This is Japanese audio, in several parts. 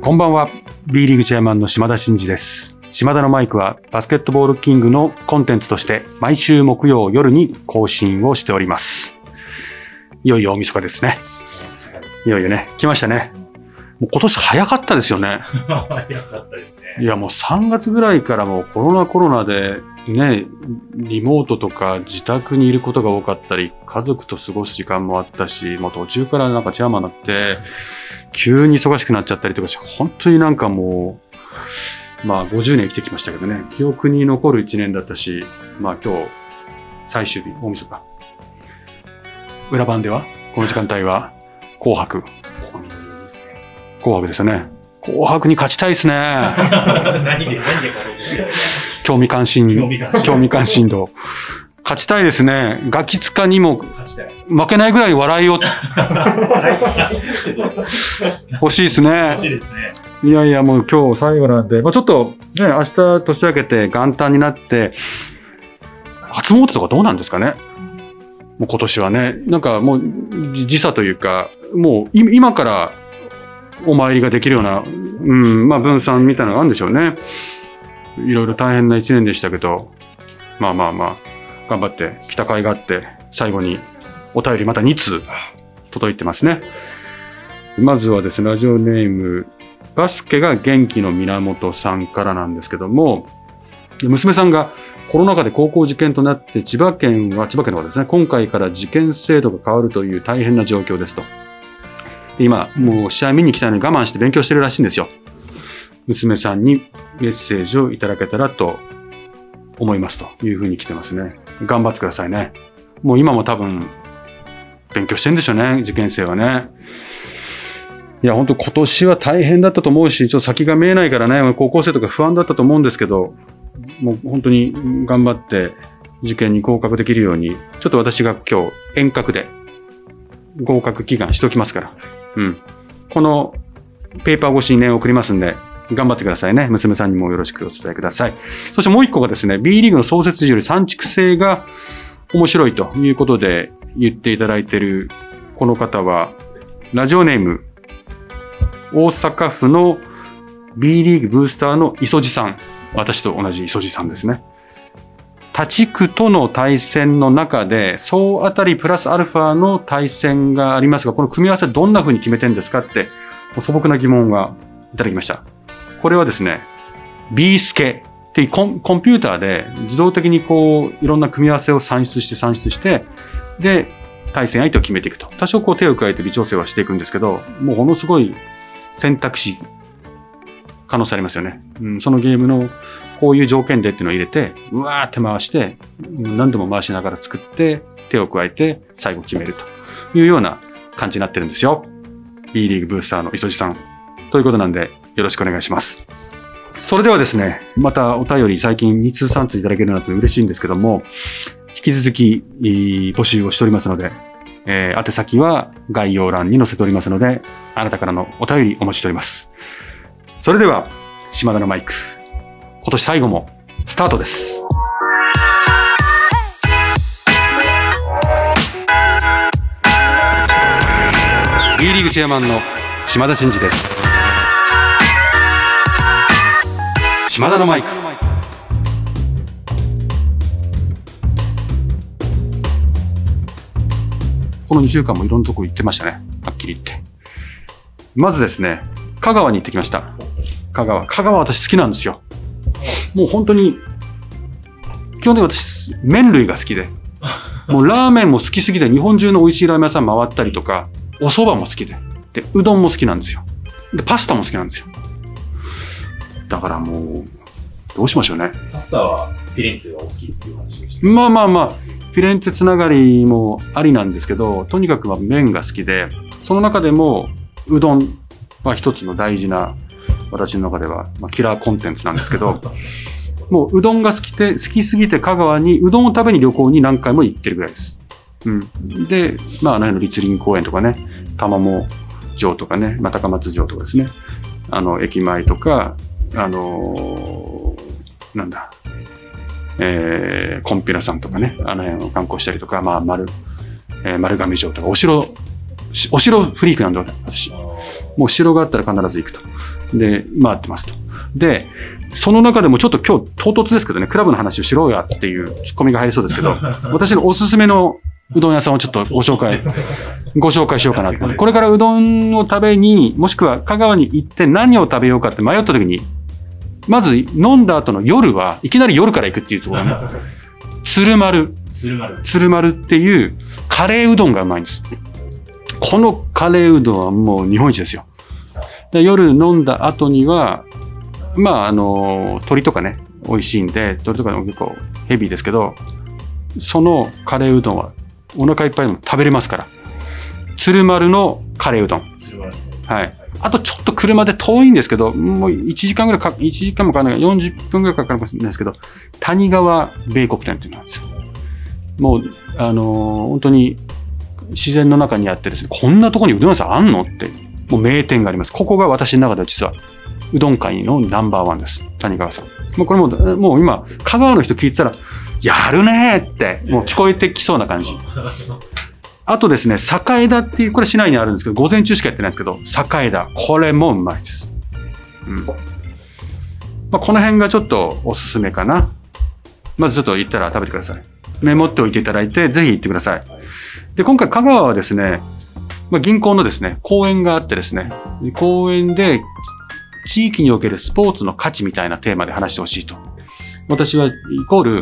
こんばんは。B リーグチェアマンの島田真二です。島田のマイクはバスケットボールキングのコンテンツとして毎週木曜夜に更新をしております。いよいよ大晦日ですね。いよいよね、来ましたね。もう今年早かったですよね。 早かったですね。 いやもう3月ぐらいからもうコロナでね、リモートとか自宅にいることが多かったり、家族と過ごす時間もあったし、もう途中からなんかチェアマンになって、急に忙しくなっちゃったりとかして、本当になんかもう、まあ50年生きてきましたけどね、記憶に残る1年だったし、まあ今日、最終日、大晦日。裏番では、この時間帯は、紅白。紅白ですよね。紅白に勝ちたいですね。 何で興味関心度。勝ちたいですね。ガキ使にも負けないぐらい笑いを欲しいですね。 欲しいですね。 いやいやもう今日最後なんで、まあ、ちょっとね、明日年明けて元旦になって、初詣とかどうなんですかね。もう今年はね、なんかもう時差というか、もう今からお参りができるような、まあ分散みたいなのがあるんでしょうね。いろいろ大変な一年でしたけど、まあ頑張って来た甲斐があって、最後にお便りまた2通届いてますね。まずはですね、ラジオネーム、バスケが元気の源さんからなんですけども、娘さんがコロナ禍で高校受験となって、千葉県の方ですね、今回から受験制度が変わるという大変な状況ですと。今、もう試合見に来たのに我慢して勉強してるらしいんですよ。娘さんにメッセージをいただけたらと思いますというふうに来てますね。頑張ってくださいね。もう今も多分勉強してるんでしょうね、受験生はね。いや本当今年は大変だったと思うし、ちょっと先が見えないからね、高校生とか不安だったと思うんですけど、もう本当に頑張って受験に合格できるように、ちょっと私が今日遠隔で合格祈願しておきますから。このペーパー越しに念を送りますんで、頑張ってくださいね。娘さんにもよろしくお伝えください。そしてもう一個がですね、B リーグの創設時より3地区制が面白いということで言っていただいているこの方は、ラジオネーム、大阪府の B リーグブースターの磯地さん。私と同じ磯地さんですね。他地区との対戦の中で、総当たりプラスアルファの対戦がありますが、この組み合わせどんな風に決めてるんですかって、素朴な疑問がいただきました。これはですね、B スケっていうコンピューターで自動的にこう、いろんな組み合わせを算出して、で、対戦相手を決めていくと。多少こう手を加えて微調整はしていくんですけど、もうものすごい選択肢、可能性ありますよね。そのゲームのこういう条件でっていうのを入れて、うわーって回して、何度も回しながら作って、手を加えて最後決めるというような感じになってるんですよ。B リーグブースターの磯地さん。ということなんで、よろしくお願いします。それではですね、またお便り最近2通3通いただけるなと嬉しいんですけども、引き続き募集をしておりますので、宛先は概要欄に載せておりますので、あなたからのお便りお待ちしております。それでは、島田のマイク、今年最後もスタートです。B リーグチェアマンの島田真二です。島田のマイク。この2週間もいろんなとこ行ってましたね。はっきり言って。まずですね、香川に行ってきました。香川私好きなんですよ。もう本当に、基本的に私、麺類が好きで、もうラーメンも好きすぎて日本中の美味しいラーメン屋さん回ったりとか、お蕎麦も好きで、うどんも好きなんですよ。で、パスタも好きなんですよ。だからもう、どうしましょうね。 パスタはフィレンツェがお好きっていう話でした。 まあ、フィレンツェつながりもありなんですけど、とにかくは麺が好きで、その中でもうどんは一つの大事な、私の中では、キラーコンテンツなんですけど、もううどんが好きすぎて香川にうどんを食べに旅行に何回も行ってるぐらいです。で、あの栗林公園とかね、玉藻城とかね、高松城とかですね、駅前とか、コンピラさんとかね、あの辺を観光したりとか、丸亀城とか、お城フリークなんで、私。 もう城があったら必ず行くと。で、回ってますと。で、その中でもちょっと今日唐突ですけどね、クラブの話をしろやっていうツッコミが入りそうですけど、私のおすすめのうどん屋さんをちょっとご紹介しようかなと。これからうどんを食べに、もしくは香川に行って何を食べようかって迷った時に、まず飲んだ後の夜はいきなり夜から行くっていうところね。鶴丸っていうカレーうどんがうまいんです。このカレーうどんはもう日本一ですよ。で夜飲んだ後には、まあ鶏とかね、美味しいんで、鶏とかも結構ヘビーですけど、そのカレーうどんはお腹いっぱいでも食べれますから。鶴丸のカレーうどん。はい。あとちょっと車で遠いんですけど、もう1時間ぐらい1時間もかかんない、40分ぐらいかかるかもしれないですけど、谷川米国店っていうのなんですよ。もう、本当に自然の中にあってですね、こんなところにうどん屋さんあんのって、もう名店があります。ここが私の中では実は、うどん界のナンバーワンです。谷川さん。もうこれもう今、香川の人聞いてたら、やるねーって、もう聞こえてきそうな感じ。あとですね、栄田っていう、これ市内にあるんですけど、午前中しかやってないんですけど、栄田。これもうまいです。うん。まあ、この辺がちょっとおすすめかな。まずちょっと行ったら食べてください。メモっておいていただいて、ぜひ行ってください。で、今回香川はですね、まあ、銀行のですね、公園があってですね、公園で地域におけるスポーツの価値みたいなテーマで話してほしいと。私はイコール、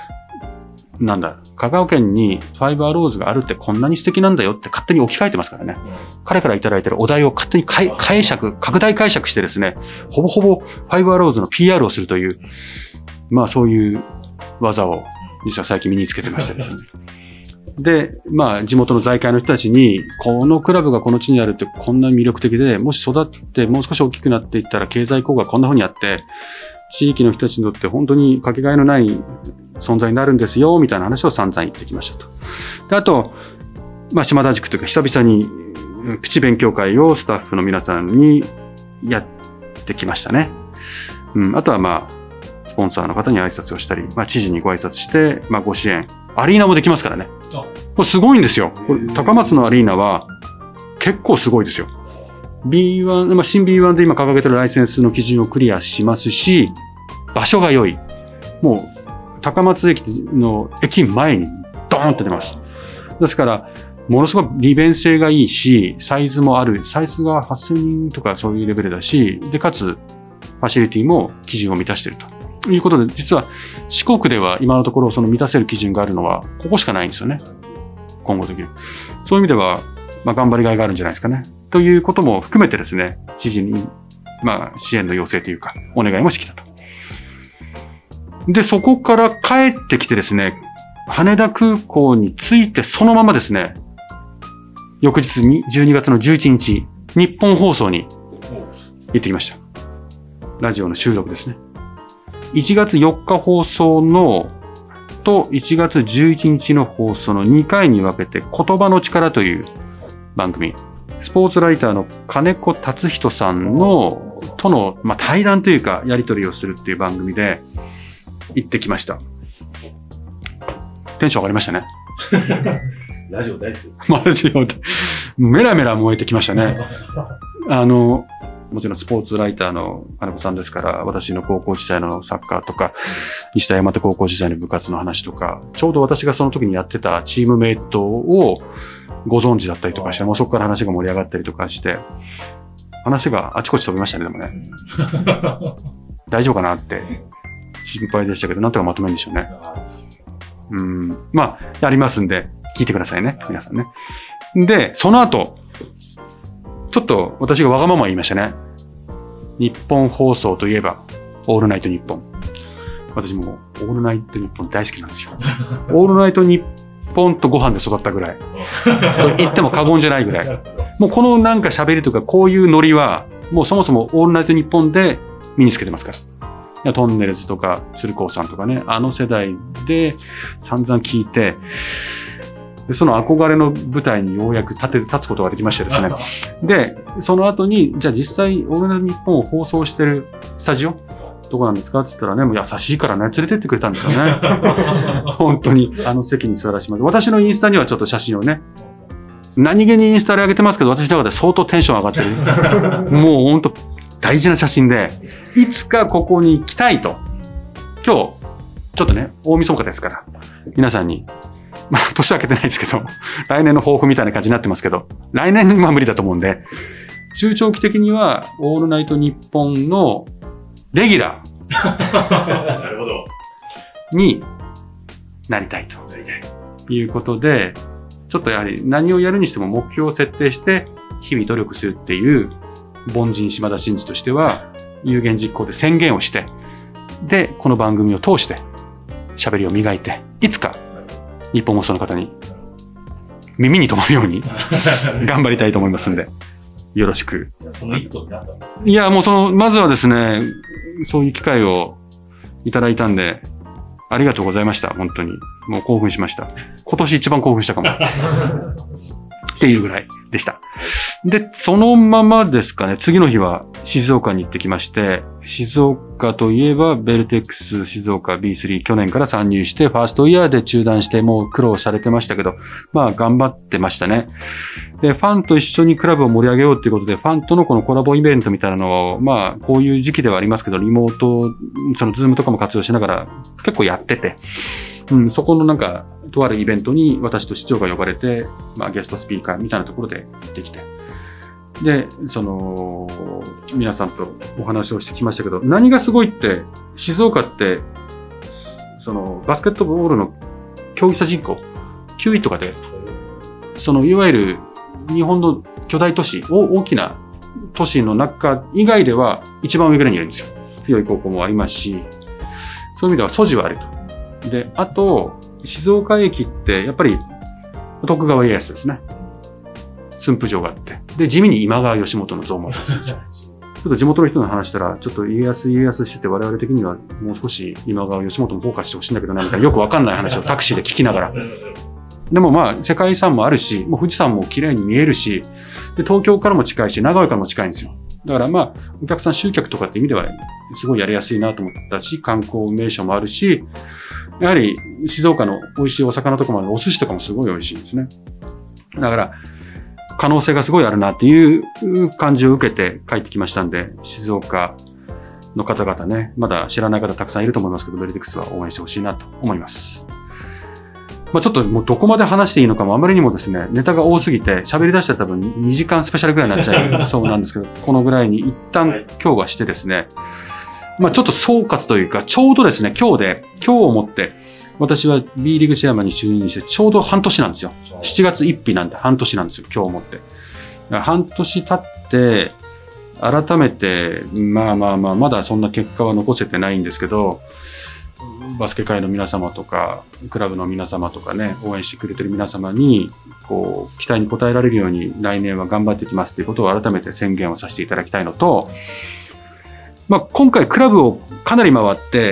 香川県にファイブアローズがあるってこんなに素敵なんだよって勝手に置き換えてますからね。彼からいただいているお題を勝手に拡大解釈してですね、ほぼほぼファイブアローズの PR をするという、まあそういう技を実は最近身につけてましてですね。で、まあ地元の財界の人たちに、このクラブがこの地にあるってこんなに魅力的で、もし育ってもう少し大きくなっていったら経済効果がこんな風にあって、地域の人たちにとって本当にかけがえのない存在になるんですよ、みたいな話を散々言ってきましたと。で、あと、まあ、島田塾というか久々にプチ勉強会をスタッフの皆さんにやってきましたね。うん。あとはまあ、スポンサーの方に挨拶をしたり、まあ、知事にご挨拶して、まあ、ご支援。アリーナもできますからね。これすごいんですよ。これ高松のアリーナは結構すごいですよ。B1、まあ、新 B1 で今掲げてるライセンスの基準をクリアしますし、場所が良い。もう、高松駅の駅前にドーンと出ます。ですから、ものすごい利便性がいいし、サイズもある。サイズが8000人とかそういうレベルだし、で、かつ、ファシリティも基準を満たしているということで、実は四国では今のところその満たせる基準があるのは、ここしかないんですよね。今後できる。そういう意味では、まあ、頑張りがいがあるんじゃないですかね。ということも含めてですね、知事に、まあ、支援の要請というか、お願いもしてきたと。で、そこから帰ってきてですね、羽田空港に着いてそのままですね、翌日に12月の11日、日本放送に行ってきました。ラジオの収録ですね。1月4日放送のと1月11日の放送の2回に分けて言葉の力という番組、スポーツライターの金子達人さんとの、まあ、対談というかやり取りをするっていう番組で行ってきました。テンション上がりましたね。 ラジオ大好きです。 ラジオでメラメラ燃えてきましたね。もちろんスポーツライターの金子さんですから、私の高校時代のサッカーとか、西田山手高校時代の部活の話とか、ちょうど私がその時にやってたチームメイトをご存知だったりとかして、もうそこから話が盛り上がったりとかして、話があちこち飛びましたね、でもね。大丈夫かなって心配でしたけど、なんとかまとめるんでしょうね。まあ、やりますんで、聞いてくださいね、皆さんね。で、その後、ちょっと私がわがまま言いましたね。日本放送といえば、オールナイトニッポン。私もオールナイトニッポン大好きなんですよ。オールナイトニッポンとご飯で育ったぐらい。と言っても過言じゃないぐらい。もうこのなんか喋りとかこういうノリは、もうそもそもオールナイトニッポンで身につけてますから。トンネルズとか鶴光さんとかね、あの世代で散々聞いて、でその憧れの舞台にようやく立つことができましてですね。で、その後に、じゃあ実際、オールナイトニッポンを放送してるスタジオどこなんですかって言ったらね、もう優しいからね、連れてってくれたんですよね。本当に、席に座らしまって。私のインスタにはちょっと写真をね、 何気にインスタで上げてますけど、私の中で相当テンション上がってる。もう本当大事な写真で、いつかここに行きたいと。今日、ちょっとね、大晦日ですから、皆さんに、まだ年明けてないですけど、来年の抱負みたいな感じになってますけど、来年は無理だと思うんで、中長期的には、オールナイトニッポンのレギュラなるほど。 ーになりたいということで、ちょっとやはり何をやるにしても目標を設定して日々努力するっていう凡人島田真二としては有言実行で宣言をして、で、この番組を通して喋りを磨いて、いつか日本放送の方に耳に留まるように頑張りたいと思いますんで、よろしく。 その一歩になったんですね。 いや、もうまずはですね、そういう機会をいただいたんで、ありがとうございました。本当に。もう興奮しました。今年一番興奮したかも。っていうぐらいでした。で、そのままですかね、次の日は静岡に行ってきまして、静岡といえばベルテックス静岡 B3 去年から参入して、ファーストイヤーで中断してもう苦労されてましたけど、まあ頑張ってましたね。で、ファンと一緒にクラブを盛り上げようということで、ファンとのこのコラボイベントみたいなのを、まあこういう時期ではありますけど、リモート、そのズームとかも活用しながら結構やってて、そこのなんか、とあるイベントに私と市長が呼ばれて、まあゲストスピーカーみたいなところで行ってきて、で、皆さんとお話をしてきましたけど、何がすごいって、静岡って、バスケットボールの競技者人口、9位とかで、いわゆる日本の巨大都市、大きな都市の中以外では一番上ぐらいにいるんですよ。強い高校もありますし、そういう意味では素地はあると。で、あと、静岡駅って、やっぱり、徳川家康ですね。駿府城があって。で、地味に今川義元の像もあるんですよ。ちょっと地元の人の話したら、ちょっと家康してて我々的にはもう少し今川義元もフォーカスしてほしいんだけどな、みたいなよくわかんない話をタクシーで聞きながら。でもまあ、世界遺産もあるし、もう富士山も綺麗に見えるし、で、東京からも近いし、長野からも近いんですよ。だからまあ、お客さん集客とかって意味では、すごいやりやすいなと思ったし、観光名所もあるし、やはり静岡の美味しいお魚とかもある、お寿司とかもすごい美味しいんですね。だから、可能性がすごいあるなっていう感じを受けて帰ってきましたんで、静岡の方々ね、まだ知らない方たくさんいると思いますけど、ベルテックスは応援してほしいなと思います。まあちょっともうどこまで話していいのかもあまりにもですね、ネタが多すぎて喋り出したら多分2時間スペシャルぐらいになっちゃいそうなんですけど、このぐらいに一旦今日はしてですね、まあちょっと総括というか、ちょうどですね、今日をもって、私は B リーグチェアマンに就任してちょうど半年なんですよ。7月1日なんで半年なんですよ、今日をもって。半年経って、改めて、まだそんな結果は残せてないんですけど、バスケ界の皆様とか、クラブの皆様とかね、応援してくれてる皆様に、こう、期待に応えられるように来年は頑張っていきますということを改めて宣言をさせていただきたいのと、まあ今回クラブをかなり回って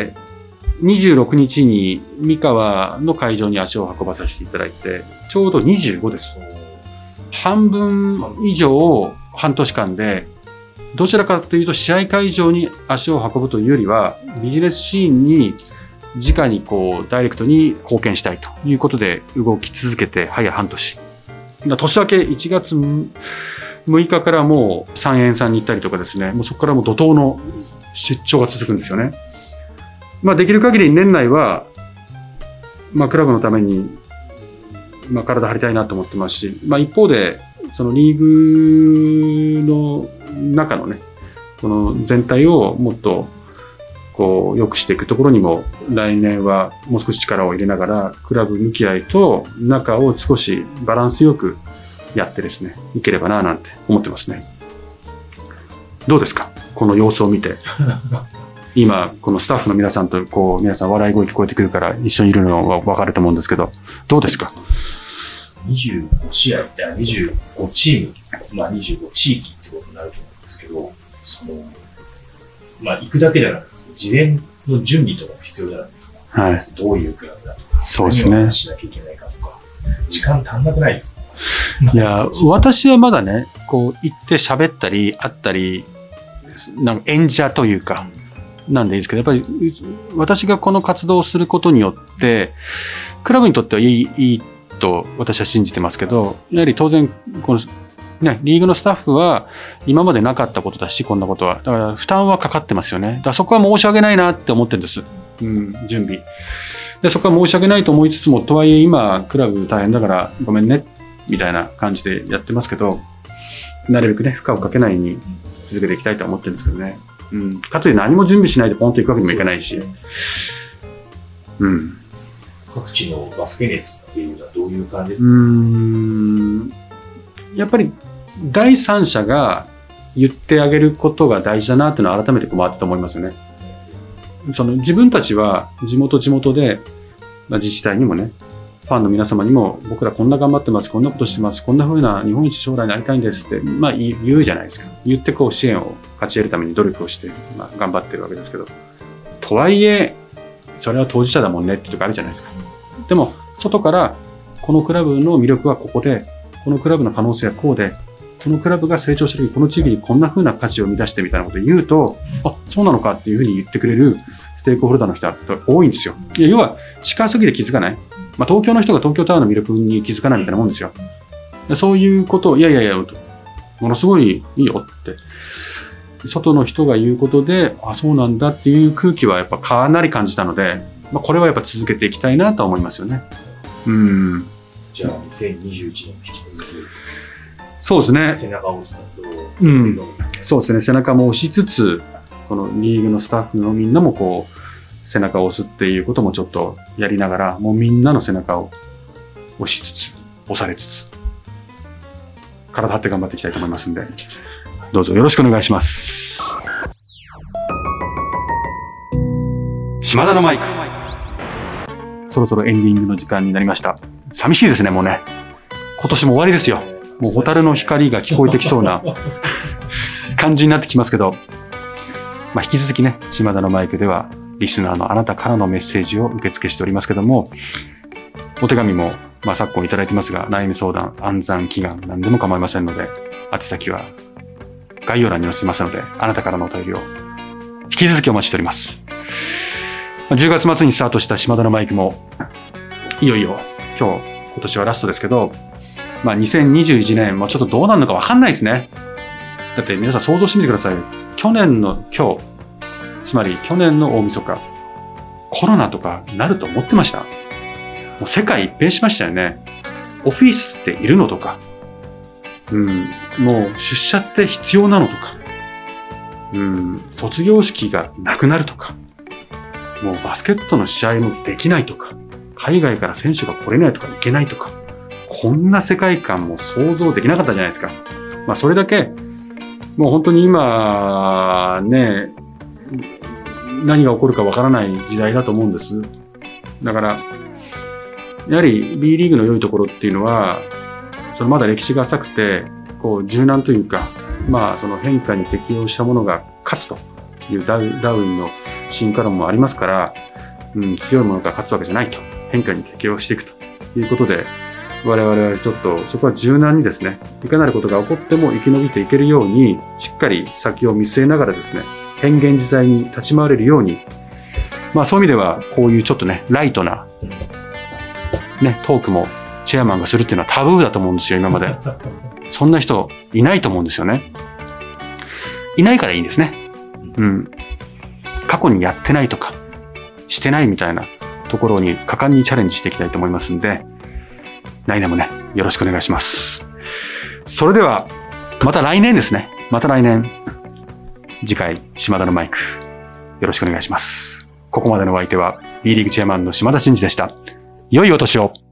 、26日に三河の会場に足を運ばさせていただいて、ちょうど25です。半分以上を半年間で、どちらかというと試合会場に足を運ぶというよりは、ビジネスシーンに直にこうダイレクトに貢献したいということで動き続けて早半年。年明け1月6日からもう三円さんに行ったりとかですね、もうそこからもう怒涛の出張が続くんですよね。まあできる限り年内は、まあクラブのために、まあ体張りたいなと思ってますし、まあ一方で、そのリーグの中のね、この全体をもっとこう良くしていくところにも来年はもう少し力を入れながら、クラブ向き合いと中を少しバランスよくやってですね、いければななんて思ってますね。どうですか？この様子を見て。今、このスタッフの皆さんと、こう、皆さん笑い声聞こえてくるから、一緒にいるのは分かると思うんですけど、どうですか ？25試合って、25チーム、まあ25地域ってことになると思うんですけど、まあ行くだけじゃなくて、事前の準備とかも必要じゃないですか。 はい。 どういうクラブだとか、 そうですね。 何をしなきゃいけないかとか、時間足んなくないですか？ いや、私はまだね、こう、行って喋ったり、会ったり、なんか演者というか、なんでいいですけど、やっぱり私がこの活動をすることによって、クラブにとってはいいと私は信じてますけど、やはり当然、このね、リーグのスタッフは今までなかったことだし、こんなことは。だから負担はかかってますよね。だからそこは申し訳ないなって思ってるんです。準備。で、そこは申し訳ないと思いつつも、とはいえ今、クラブ大変だからごめんね、みたいな感じでやってますけど、なるべくね、負荷をかけないように続けていきたいと思ってるんですけどね。かといって何も準備しないでポンと行くわけにもいかないし。 各地のバスケ熱っていうのはどういう感じですか？ やっぱり第三者が言ってあげることが大事だなっていうのは改めて回ってと思いますよね。自分たちは地元で、自治体にもね、ファンの皆様にも僕らこんな頑張ってます、こんなことしてます、こんな風な日本一将来になりたいんですって、言うじゃないですか。言って支援を勝ち得るために努力をして、頑張ってるわけですけど。とはいえ、それは当事者だもんねってとこあるじゃないですか。でも、外からこのクラブの魅力はここで、このクラブの可能性はこうで、このクラブが成長した時、この地域にこんな風な価値を生み出してみたいなことを言うと、そうなのかっていう風に言ってくれるステークホルダーの人は多いんですよ。要は、近すぎて気づかない。東京の人が東京タワーの魅力に気づかないみたいなもんですよ。そういうことを、いや、ものすごいいいよって。外の人が言うことで、そうなんだっていう空気はやっぱかなり感じたので、これはやっぱ続けていきたいなとは思いますよね。 じゃあ、2021年引き続き。 そうですね。 背中を押す活動をそうですね。背中も押しつつ、このリーグのスタッフのみんなも背中を押すっていうこともちょっとやりながら、もうみんなの背中を押しつつ、押されつつ、体張って頑張っていきたいと思いますんで、どうぞよろしくお願いします。島田のマイク。そろそろエンディングの時間になりました。寂しいですね、もうね。今年も終わりですよ。もう蛍の光が聞こえてきそうな感じになってきますけど、引き続きね、島田のマイクでは、リスナーのあなたからのメッセージを受付しておりますけども、お手紙も、昨今いただいてますが、悩み相談、暗算、祈願、何でも構いませんので、宛先は概要欄に載せますので、あなたからのお便りを引き続きお待ちしております。10月末にスタートした島田のマイクも、いよいよ今年はラストですけど、2021年もちょっとどうなるのか分かんないですね。だって皆さん想像してみてください。去年の今日、つまり去年の大晦日、コロナとかなると思ってました？もう世界一変しましたよね。オフィスっているのとか、もう出社って必要なのとか、卒業式がなくなるとか、もうバスケットの試合もできないとか、海外から選手が来れないとか行けないとか、こんな世界観も想像できなかったじゃないですか。それだけ、もう本当に今、ね、何が起こるかわからない時代だと思うんです。だから、やはり B リーグの良いところっていうのは、まだ歴史が浅くて、柔軟というか、その変化に適応したものが勝つというダーウィンの進化論もありますから、強いものが勝つわけじゃないと。変化に適応していくということで、我々はちょっとそこは柔軟にですね、いかなることが起こっても生き延びていけるように、しっかり先を見据えながらですね、変幻自在に立ち回れるように、そういう意味ではこういうちょっとね、ライトな、ね、トークもチェアマンがするっていうのはタブーだと思うんですよ、今まで。そんな人いないと思うんですよね。いないからいいんですね。過去にやってないとか、してないみたいなところに果敢にチャレンジしていきたいと思いますんで、来年もね、よろしくお願いします。それでは、また来年ですね。また来年、次回、島田のマイク、よろしくお願いします。ここまでのお相手は、B リーグチェアマンの島田真二でした。良いお年を。